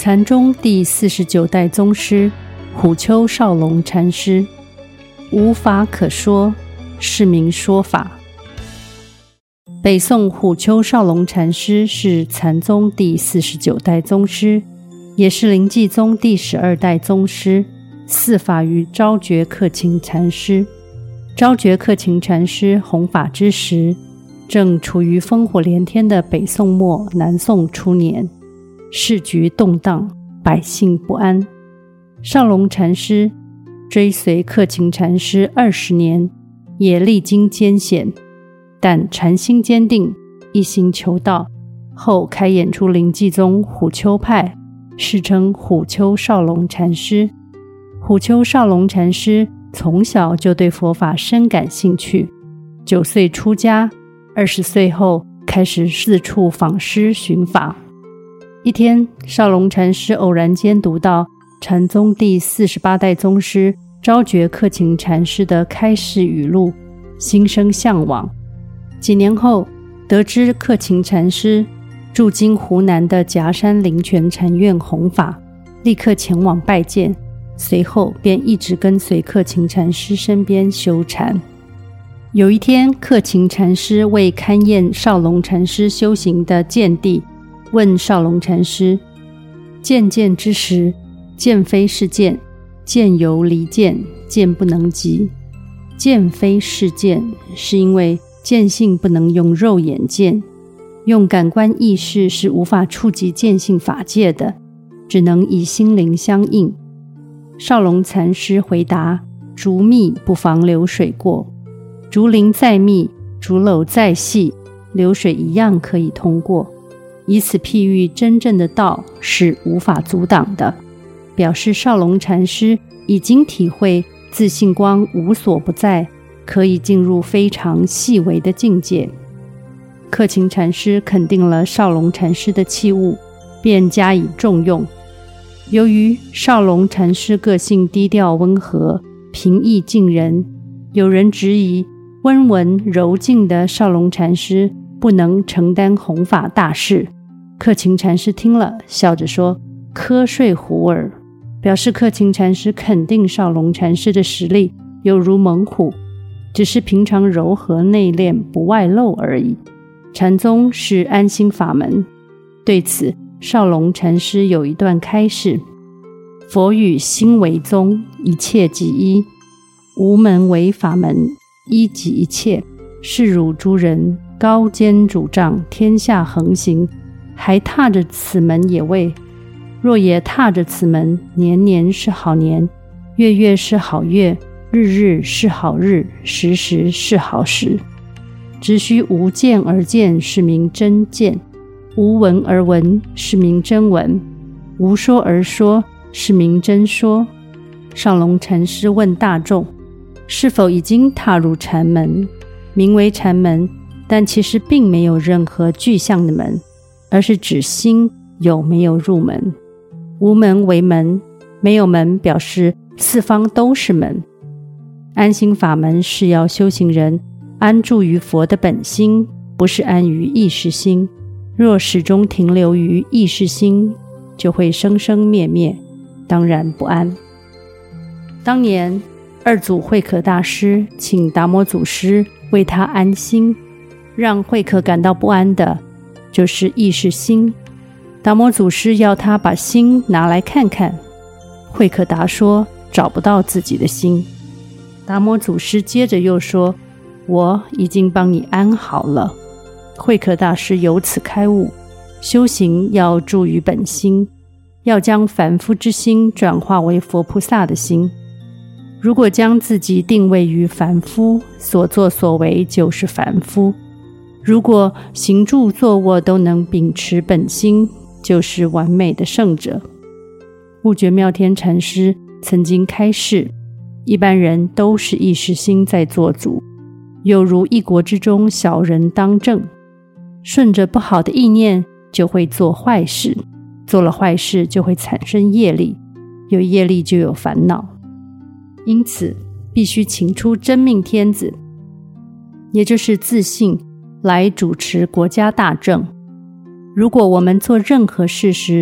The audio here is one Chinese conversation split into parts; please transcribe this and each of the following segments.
禅宗第49代宗师虎丘绍龙禅师。无法可说，是名说法。北宋虎丘绍龙禅师是禅宗第49代宗师，也是临济宗第12代宗师，嗣法于昭觉克勤禅师。昭觉克勤禅师弘法之时，正处于烽火连天的北宋末南宋初年，世局动荡，百姓不安。绍龙禅师追随克勤禅师20年，也历经艰险，但禅心坚定，一心求道，后开演出临济宗虎丘派，世称虎丘绍龙禅师。虎丘绍龙禅师从小就对佛法深感兴趣，9岁出家，20岁后开始四处访师寻法。一天，绍龙禅师偶然间读到禅宗第48代宗师昭觉克勤禅师的开示语录，心生向往。几年后，得知克勤禅师驻京湖南的夹山灵泉禅院弘法，立刻前往拜见，随后便一直跟随克勤禅师身边修禅。有一天，克勤禅师为勘验绍龙禅师修行的见地，问绍龙禅师：见见之时，见非是见，见由离见，见不能及。见非是见，是因为见性不能用肉眼见，用感官意识是无法触及见性法界的，只能以心灵相应。绍龙禅师回答：竹密不妨流水过，竹林再密，竹篓再细，流水一样可以通过。以此譬喻真正的道是无法阻挡的，表示绍龙禅师已经体会自性光无所不在，可以进入非常细微的境界。克勤禅师肯定了绍龙禅师的器物，便加以重用。由于绍龙禅师个性低调温和，平易近人，有人质疑温文柔静的绍龙禅师不能承担弘法大事。克勤禅师听了，笑着说：瞌睡虎耳，表示克勤禅师肯定绍龙禅师的实力有如猛虎，只是平常柔和内敛不外露而已。禅宗是安心法门，对此绍龙禅师有一段开示：佛语心为宗，一切即一，无门为法门，一即一切。是汝诸人高坚主张，天下横行，还踏着此门也未。若也踏着此门，年年是好年，月月是好月，日日是好日，时时是好时。只需无见而见，是名真见；无闻而闻，是名真闻；无说而说，是名真说。绍龙禅师问大众：是否已经踏入禅门？名为禅门，但其实并没有任何具象的门，而是指心有没有入门。无门为门，没有门表示四方都是门。安心法门是要修行人安住于佛的本心，不是安于意识心。若始终停留于意识心，就会生生灭灭，当然不安。当年二祖慧可大师请达摩祖师为他安心，让慧可感到不安的就是意识心。达摩祖师要他把心拿来看看，慧可达说找不到自己的心。达摩祖师接着又说：我已经帮你安好了。慧可大师由此开悟，修行要住于本心，要将凡夫之心转化为佛菩萨的心。如果将自己定位于凡夫，所作所为就是凡夫；如果行住坐卧都能秉持本心，就是完美的圣者。悟觉妙天禅师曾经开示，一般人都是意识心在做主，有如一国之中小人当政，顺着不好的意念就会做坏事，做了坏事就会产生业力，有业力就有烦恼。因此必须请出真命天子，也就是自信，来主持国家大政。如果我们做任何事时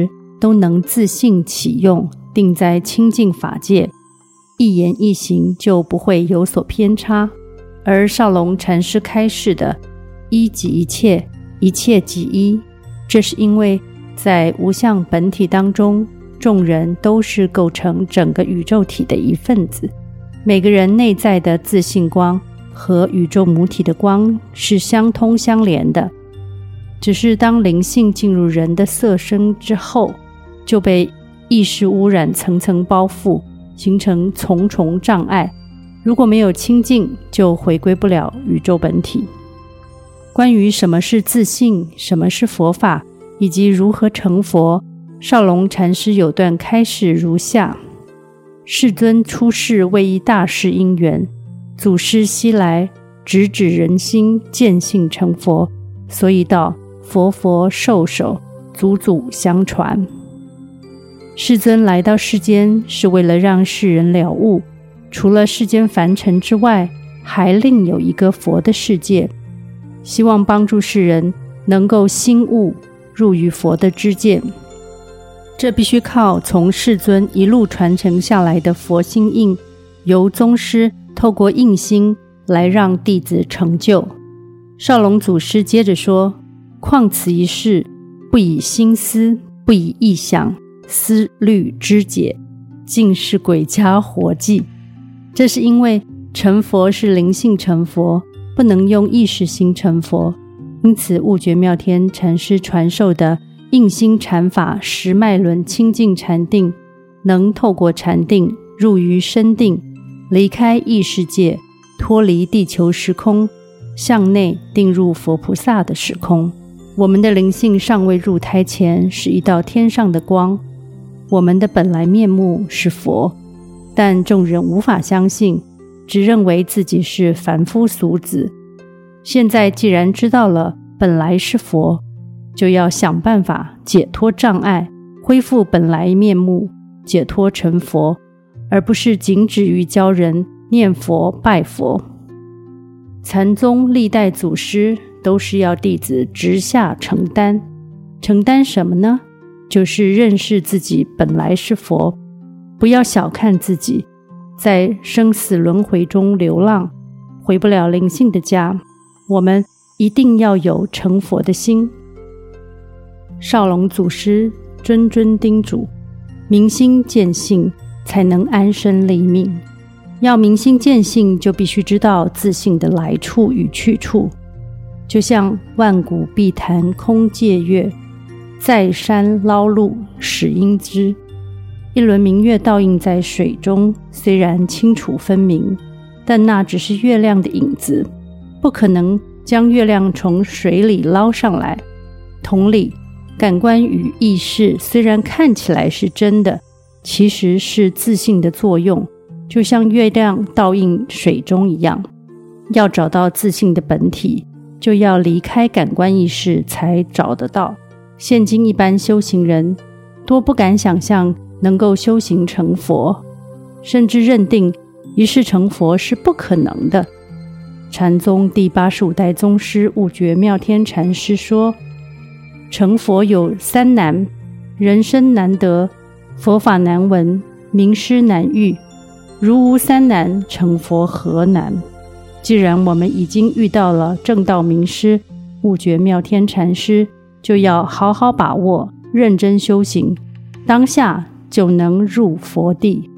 都能自性起用，定在清净法界，一言一行就不会有所偏差。而少龙禅师开示的一即一切，一切即一，这是因为在无相本体当中，众人都是构成整个宇宙体的一份子，每个人内在的自性光和宇宙母体的光是相通相连的，只是当灵性进入人的色身之后，就被意识污染层层包覆，形成重重障碍。如果没有清净，就回归不了宇宙本体。关于什么是自性，什么是佛法，以及如何成佛，少龙禅师有段开示如下：世尊出世为一大事因缘，祖师西来直指人心，见性成佛，所以道佛佛授手，祖祖相传。世尊来到世间是为了让世人了悟，除了世间凡尘之外，还另有一个佛的世界，希望帮助世人能够心悟，入于佛的知见。这必须靠从世尊一路传承下来的佛心印，由宗师透过印心来让弟子成就。少龙祖师接着说：况此一事，不以心思，不以意想，思虑知解，尽是鬼家活计。这是因为成佛是灵性成佛，不能用意识心成佛，因此悟觉妙天禅师传授的印心禅法十脉轮清净禅定，能透过禅定入于深定，离开异世界，脱离地球时空，向内定入佛菩萨的时空。我们的灵性尚未入胎前是一道天上的光，我们的本来面目是佛，但众人无法相信，只认为自己是凡夫俗子。现在既然知道了本来是佛，就要想办法解脱障碍，恢复本来面目，解脱成佛，而不是仅止于教人念佛拜佛。禅宗历代祖师都是要弟子直下承担，承担什么呢？就是认识自己本来是佛，不要小看自己，在生死轮回中流浪，回不了灵性的家，我们一定要有成佛的心。少龙祖师谆谆叮嘱，明心见性才能安身立命。要明心见性，就必须知道自性的来处与去处。就像万古碧潭空借月，在山捞露始应知。一轮明月倒映在水中，虽然清楚分明，但那只是月亮的影子，不可能将月亮从水里捞上来。同理，感官与意识虽然看起来是真的，其实是自性的作用，就像月亮倒映水中一样。要找到自性的本体，就要离开感官意识才找得到。现今一般修行人多不敢想象能够修行成佛，甚至认定一世成佛是不可能的。禅宗第85代宗师悟觉妙天禅师说，成佛有三难：人生难得，佛法难闻，名师难遇。如无三难，成佛何难？既然我们已经遇到了正道名师悟觉妙天禅师，就要好好把握，认真修行，当下就能入佛地。